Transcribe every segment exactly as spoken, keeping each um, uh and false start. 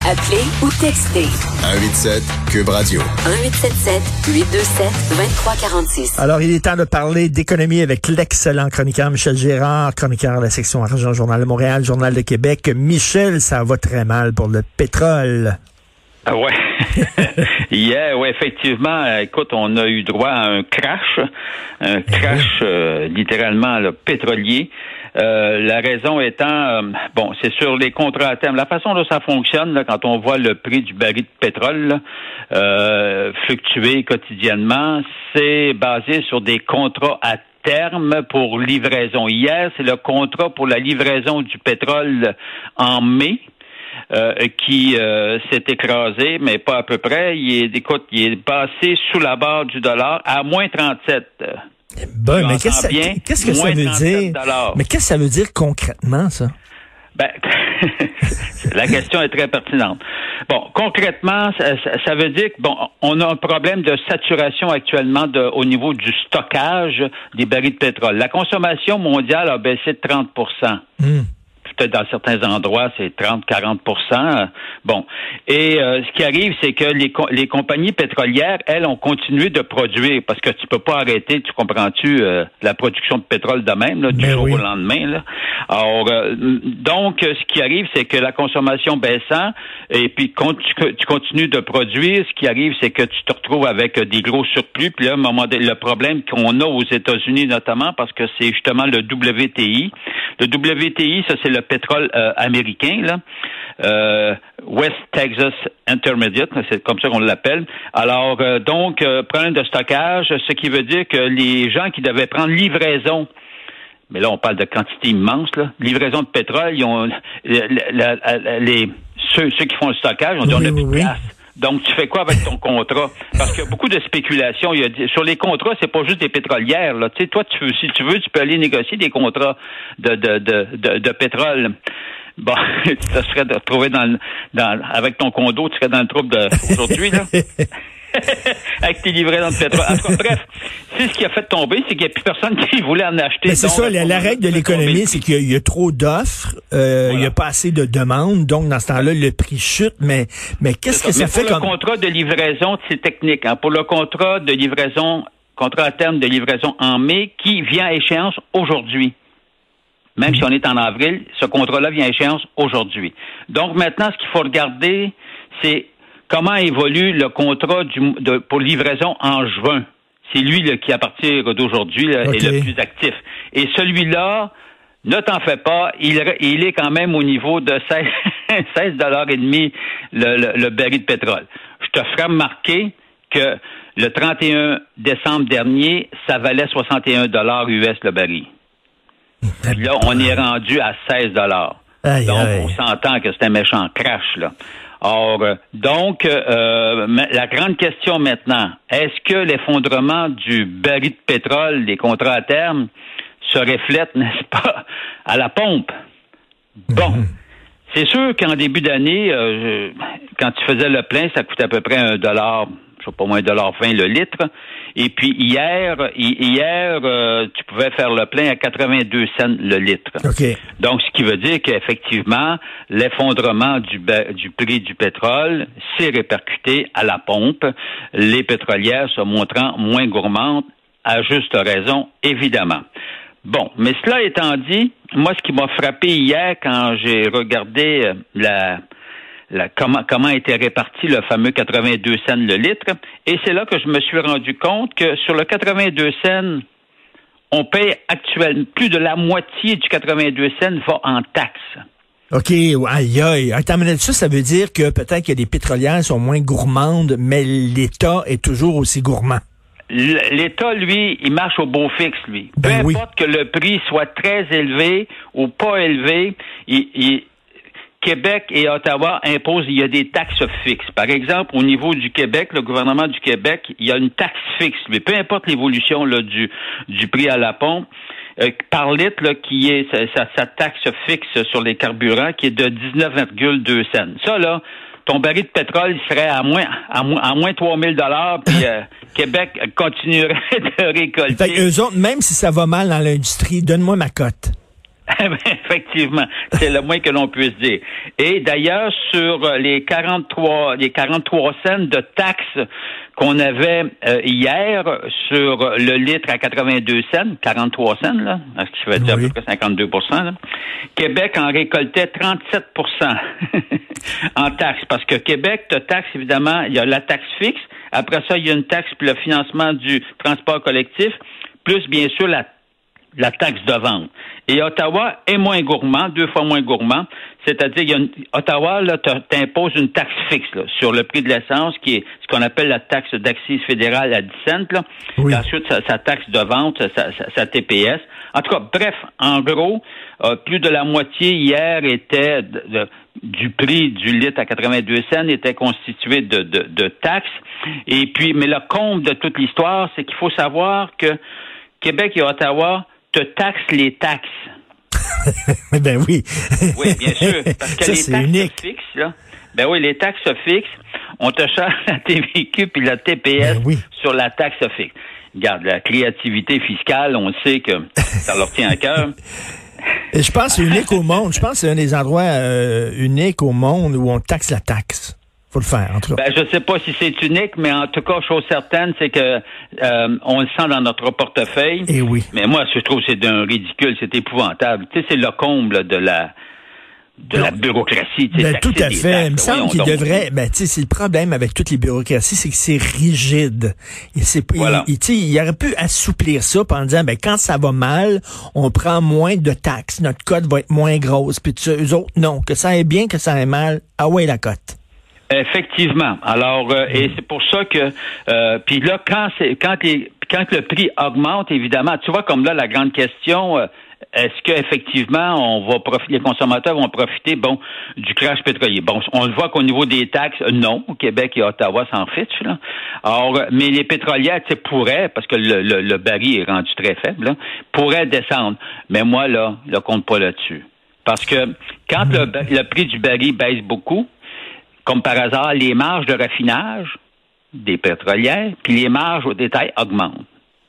Appelez ou textez. un huit sept Cube Radio. un huit sept sept huit deux sept deux trois quatre six. Alors, il est temps de parler d'économie avec l'excellent chroniqueur Michel Gérard, chroniqueur de la section argent, Journal de Montréal, Journal de Québec. Michel, ça va très mal pour le pétrole. Ah ouais. Hier, ouais, effectivement, euh, écoute, on a eu droit à un crash, un crash euh, littéralement là, pétrolier. Euh, la raison étant, euh, bon, c'est sur les contrats à terme. La façon dont ça fonctionne, là, quand on voit le prix du baril de pétrole là, euh, fluctuer quotidiennement, c'est basé sur des contrats à terme pour livraison. Hier, c'est le contrat pour la livraison du pétrole en mai. Euh, qui euh, s'est écrasé, mais pas à peu près. Il est, écoute, il est passé sous la barre du dollar à moins trente-sept. Bon, mais qu'est-ce, bien, qu'est-ce que ça veut dire? dollars. Mais qu'est-ce que ça veut dire concrètement, ça? Ben, la question est très pertinente. Bon, concrètement, ça, ça, ça veut dire que bon, on a un problème de saturation actuellement de, au niveau du stockage des barils de pétrole. La consommation mondiale a baissé de trente pour cent. Mm. Peut-être dans certains endroits, c'est trente à quarante pour cent. Bon. Et euh, ce qui arrive, c'est que les, les compagnies pétrolières, elles, ont continué de produire parce que tu peux pas arrêter, tu comprends-tu, euh, la production de pétrole de même, là, du Mais jour oui. au lendemain. Là. Alors, euh, donc, ce qui arrive, c'est que la consommation baissant, et puis quand tu, tu continues de produire, ce qui arrive, c'est que tu te retrouves avec des gros surplus. Puis là, à un moment donné, le problème qu'on a aux États-Unis notamment, parce que c'est justement le W T I. Le W T I, ça, c'est le pétrole euh, américain, là. Euh, West Texas Intermediate, c'est comme ça qu'on l'appelle. Alors, euh, donc, euh, problème de stockage, ce qui veut dire que les gens qui devaient prendre livraison, mais là, on parle de quantité immense, là, livraison de pétrole, ils ont, la, la, la, les, ceux, ceux qui font le stockage, on dit, oui, on a plus de oui. place. Donc, tu fais quoi avec ton contrat? Parce qu'il y a beaucoup de spéculation. Il y a, sur les contrats, c'est pas juste des pétrolières, là. Tu sais, toi, tu veux, si tu veux, tu peux aller négocier des contrats de, de, de, de, de pétrole. Bon, ça serait de retrouver dans, dans, avec ton condo, tu serais dans le trouble d'aujourd'hui, là. Avec tes livraisons de pétrole. En tout cas, bref, c'est ce qui a fait tomber, c'est qu'il n'y a plus personne qui voulait en acheter. Mais c'est donc, ça, la, la règle de l'économie, c'est qu'il y a, il y a trop d'offres, euh, voilà. Il n'y a pas assez de demandes, donc dans ce temps-là, le prix chute, mais, mais qu'est-ce que ça, mais fait pour comme... le contrat de livraison, c'est technique, hein. Pour le contrat de livraison, contrat à terme de livraison en mai, qui vient à échéance aujourd'hui. Même mmh. si on est en avril, ce contrat-là vient à échéance aujourd'hui. Donc maintenant, ce qu'il faut regarder, c'est comment évolue le contrat du, de, pour livraison en juin. C'est lui là, qui, à partir d'aujourd'hui, là, okay. est le plus actif. Et celui-là, ne t'en fais pas, il, il est quand même au niveau de seize dollars et demi le, le, le baril de pétrole. Je te ferai remarquer que le trente et un décembre dernier, ça valait soixante et un dollars U S le baril. Puis là, on est rendu à seize dollars. Aïe, Donc, aïe. on s'entend que c'est un méchant crash, là. Or, donc, euh, la grande question maintenant, est-ce que l'effondrement du baril de pétrole, des contrats à terme, se reflète, n'est-ce pas, à la pompe? Bon, mm-hmm. c'est sûr qu'en début d'année, euh, quand tu faisais le plein, ça coûtait à peu près un dollar, je sais pas moins un dollar vingt le litre. Et puis hier, hier, euh, tu pouvais faire le plein à quatre-vingt-deux cents le litre. Okay. Donc, ce qui veut dire qu'effectivement, l'effondrement du, du prix du pétrole s'est répercuté à la pompe, les pétrolières se montrant moins gourmandes, à juste raison, évidemment. Bon, mais cela étant dit, moi, ce qui m'a frappé hier quand j'ai regardé la... La, comment, comment était réparti le fameux quatre-vingt-deux cents le litre. Et c'est là que je me suis rendu compte que sur le quatre-vingt-deux cents, on paye actuellement plus de la moitié du quatre-vingt-deux cents va en taxes. OK, aïe, aïe. Attends, mais ça, ça veut dire que peut-être que les pétrolières sont moins gourmandes, mais l'État est toujours aussi gourmand. L'État, lui, il marche au beau fixe, lui. Peu Ben importe oui. que le prix soit très élevé ou pas élevé, il... il Québec et Ottawa imposent, il y a des taxes fixes. Par exemple, au niveau du Québec, le gouvernement du Québec, il y a une taxe fixe. Mais peu importe l'évolution là, du, du prix à la pompe, euh, par litre, là, qui est sa, sa taxe fixe sur les carburants, qui est de dix-neuf virgule deux cents. Ça, là, ton baril de pétrole il serait à moins à moins, à moins trois mille dollars, puis euh, Québec continuerait de récolter. Fait qu'eux autres, même si ça va mal dans l'industrie, donne-moi ma cote. Effectivement, c'est le moins que l'on puisse dire. Et d'ailleurs, sur les quarante-trois, les quarante-trois cents de taxes qu'on avait euh, hier sur le litre à quatre-vingt-deux cents, quarante-trois cents, là, ce qui fait dire oui. à peu près cinquante-deux pour cent, là, Québec en récoltait trente-sept pour cent en taxes. Parce que Québec te taxe, évidemment, il y a la taxe fixe. Après ça, il y a une taxe pour le financement du transport collectif, plus bien sûr la la taxe de vente. Et Ottawa est moins gourmand, deux fois moins gourmand, c'est-à-dire il y a une, Ottawa là, t'impose une taxe fixe là, sur le prix de l'essence, qui est ce qu'on appelle la taxe d'accise fédérale à dix cents. Là. Oui. Et ensuite, sa, sa taxe de vente, sa, sa, sa T P S. En tout cas, bref, en gros, euh, plus de la moitié hier était de, de, du prix du litre à quatre-vingt-deux cents était constitué de, de, de taxes. Et puis, mais le comble de toute l'histoire, c'est qu'il faut savoir que Québec et Ottawa te taxent les taxes. Ben oui. Oui, bien sûr. Parce que ça, les c'est taxes unique. fixes, là, ben oui, les taxes fixes, on te charge la T V Q puis la T P S ben oui. sur la taxe fixe. Regarde, la créativité fiscale, on sait que ça leur tient à cœur. Je pense que c'est unique au monde. Je pense que c'est un des endroits euh, uniques au monde où on taxe la taxe. Faut le faire, en tout cas. Ben, je sais pas si c'est unique, mais en tout cas, chose certaine, c'est que euh, on le sent dans notre portefeuille. Et oui. Mais moi, je trouve que c'est d'un ridicule, c'est épouvantable. Tu sais, c'est le comble de la de non, la bureaucratie. Ben, tout à fait. Il me semble oui, qu'il devrait. Ben, tu sais, c'est le problème avec toutes les bureaucraties, c'est que c'est rigide. Et c'est, voilà. il, il, il aurait pu assouplir ça en disant, ben, quand ça va mal, on prend moins de taxes, notre cote va être moins grosse. Puis eux autres, non, que ça aille bien, que ça aille mal, ah ouais, la cote. Effectivement. Alors, euh, et c'est pour ça que, euh, puis là, quand c'est, quand les, quand le prix augmente, évidemment, tu vois, comme là, la grande question, euh, est-ce qu'effectivement, on va profiter, les consommateurs vont profiter, bon, du crash pétrolier? Bon, on le voit qu'au niveau des taxes, non, Québec et Ottawa s'en fichent, là. Alors, mais les pétrolières, tu sais, pourraient, parce que le, le, le baril est rendu très faible, là, pourraient descendre. Mais moi, là, je compte pas là-dessus. Parce que quand le, le prix du baril baisse beaucoup, comme par hasard, les marges de raffinage des pétrolières, puis les marges au détail augmentent.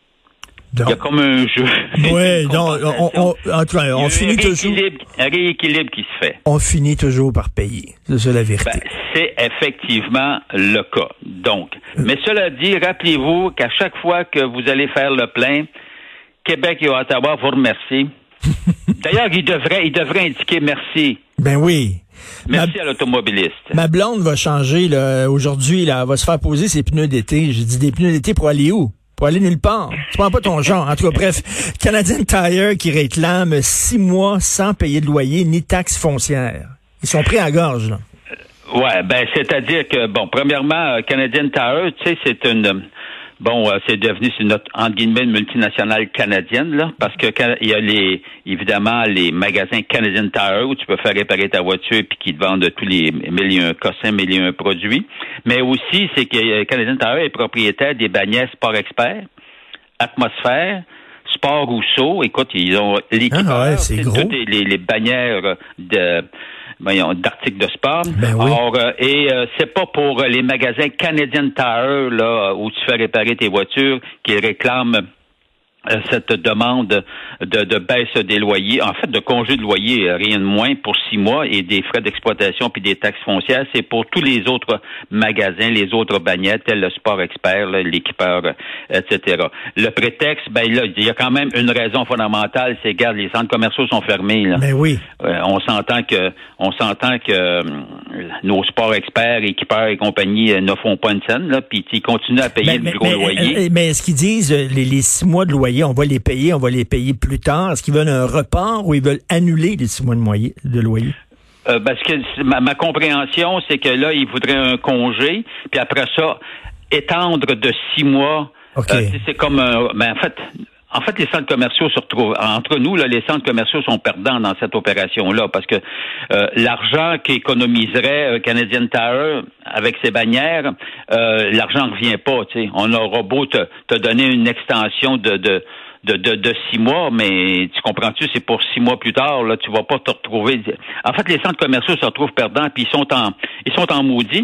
Donc, il y a comme un jeu. Oui, donc, on, on, on, on, on finit toujours. Un rééquilibre qui se fait. On finit toujours par payer. C'est ça la vérité. Ben, c'est effectivement le cas. Donc, euh. mais cela dit, rappelez-vous qu'à chaque fois que vous allez faire le plein, Québec et Ottawa vous remercient. D'ailleurs, ils devraient, ils devraient indiquer merci. Ben oui. Merci ma, à l'automobiliste. Ma blonde va changer là, aujourd'hui, là, elle va se faire poser ses pneus d'été. J'ai dit des pneus d'été pour aller où? Pour aller nulle part. Tu prends pas ton genre. En tout cas, bref, Canadian Tire qui réclame six mois sans payer de loyer ni taxes foncières. Ils sont pris à la gorge, là. Ouais, ben c'est-à-dire que, bon, premièrement, Canadian Tire, tu sais, c'est une... Bon, euh, c'est devenu c'est notre entre guillemets une multinationale canadienne là, parce que il y a les évidemment les magasins Canadian Tire où tu peux faire réparer ta voiture puis qui te vendent tous les mille et un cossins, mille et un produits. Mais aussi c'est que Canadian Tire est propriétaire des bannières Sport Expert, Atmosphère, Sport Rousseau. Écoute, ils ont l'équipeur, ah ouais, c'est gros. Toutes les, les bannières de voyons, d'articles de sport. Ben oui. Or, euh, et euh, c'est pas pour les magasins Canadian Tire là où tu fais réparer tes voitures qu'ils réclament euh, cette demande de, de baisse des loyers, en fait de congé de loyer, rien de moins pour six mois et des frais d'exploitation puis des taxes foncières, c'est pour tous les autres magasins, les autres bannières, tels le Sport Expert, là, l'équipeur, et cetera. Le prétexte, ben là, il y a quand même une raison fondamentale, c'est regarde, les centres commerciaux sont fermés. Là. Mais oui. Euh, on s'entend que, on s'entend que euh, nos Sport Experts, équipeurs et compagnie euh, ne font pas une scène, là, puis ils continuent à payer mais, le gros mais, loyer. Mais, mais est-ce qu'ils disent les, les six mois de loyer, on va les payer, on va les payer plus tard? Est-ce qu'ils veulent un report ou ils veulent annuler les six mois de, moyer, de loyer? Euh, parce que ma, ma compréhension, c'est que là, ils voudraient un congé, puis après ça, étendre de six mois. Okay. Euh, c'est comme un... Ben, en fait... En fait, les centres commerciaux se retrouvent entre nous. Là, les centres commerciaux sont perdants dans cette opération-là parce que euh, l'argent qu'économiserait euh, Canadian Tire avec ses bannières, euh, l'argent ne revient pas. Tu sais, on aura beau te, te donner une extension de, de De, de, de six mois, mais tu comprends-tu, c'est pour six mois plus tard, là, tu vas pas te retrouver. En fait, les centres commerciaux se retrouvent perdants, puis ils sont en ils sont en maudit,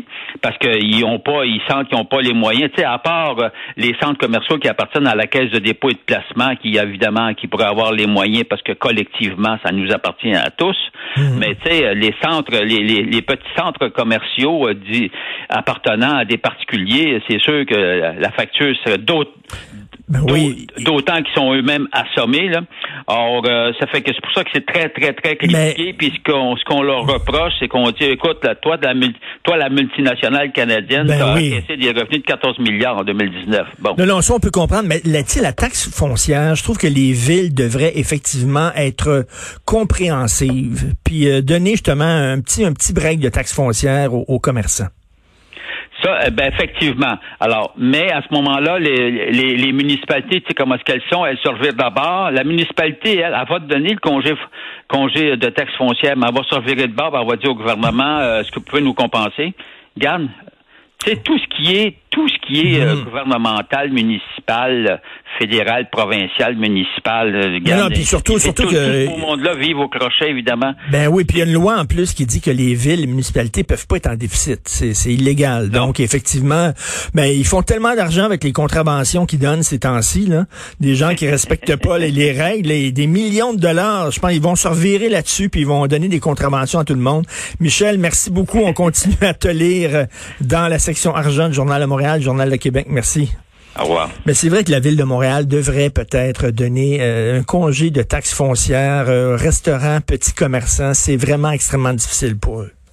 parce qu'ils ont pas, ils sentent qu'ils n'ont pas les moyens. Tu sais, à part euh, les centres commerciaux qui appartiennent à la Caisse de dépôt et de placement, qui évidemment qui pourraient avoir les moyens parce que collectivement, ça nous appartient à tous. Mmh. Mais tu sais, les centres, les, les, les petits centres commerciaux euh, dit, appartenant à des particuliers, c'est sûr que la facture serait d'autres. Ben oui. D'autant qu'ils sont eux-mêmes assommés, là. Or, euh, ça fait que c'est pour ça que c'est très, très, très critiqué. Mais... Puis ce qu'on, ce qu'on leur reproche, c'est qu'on dit, écoute, là, toi, de la, toi, la multinationale canadienne, ben t'as oui. encaissé des revenus de quatorze milliards en deux mille dix-neuf. Bon. Non, non, ça, on peut comprendre. Mais là, tu sais, la taxe foncière, je trouve que les villes devraient effectivement être compréhensives. Puis euh, donner justement un petit, un petit break de taxe foncière aux, aux commerçants. Ça, ben effectivement. Alors, mais à ce moment-là, les, les, les municipalités, tu sais comment est-ce qu'elles sont, elles se revirent d'abord. La municipalité, elle, elle va te donner le congé congé de taxe foncière, mais elle va se revirer de bord, elle va dire au gouvernement, euh, est-ce que vous pouvez nous compenser? Regarde, tu sais, tout ce qui est tout ce qui est euh, gouvernemental, municipal, fédéral, provincial, municipal. Euh, non, non, puis surtout, surtout tout, que... Tout ce monde-là vit au crochet, évidemment. Ben oui, puis il y a une loi en plus qui dit que les villes, les municipalités peuvent pas être en déficit. C'est, c'est illégal. Non. Donc, effectivement, ben ils font tellement d'argent avec les contraventions qu'ils donnent ces temps-ci, là. Des gens qui respectent pas les, les règles, les, des millions de dollars. Je pense qu'ils vont se revirer là-dessus, puis ils vont donner des contraventions à tout le monde. Michel, merci beaucoup. On continue à te lire dans la section argent du Journal de Montréal, Journal de Québec. Merci. Au revoir. Mais c'est vrai que la Ville de Montréal devrait peut-être donner euh, un congé de taxes foncières, euh, restaurants, petits commerçants. C'est vraiment extrêmement difficile pour eux.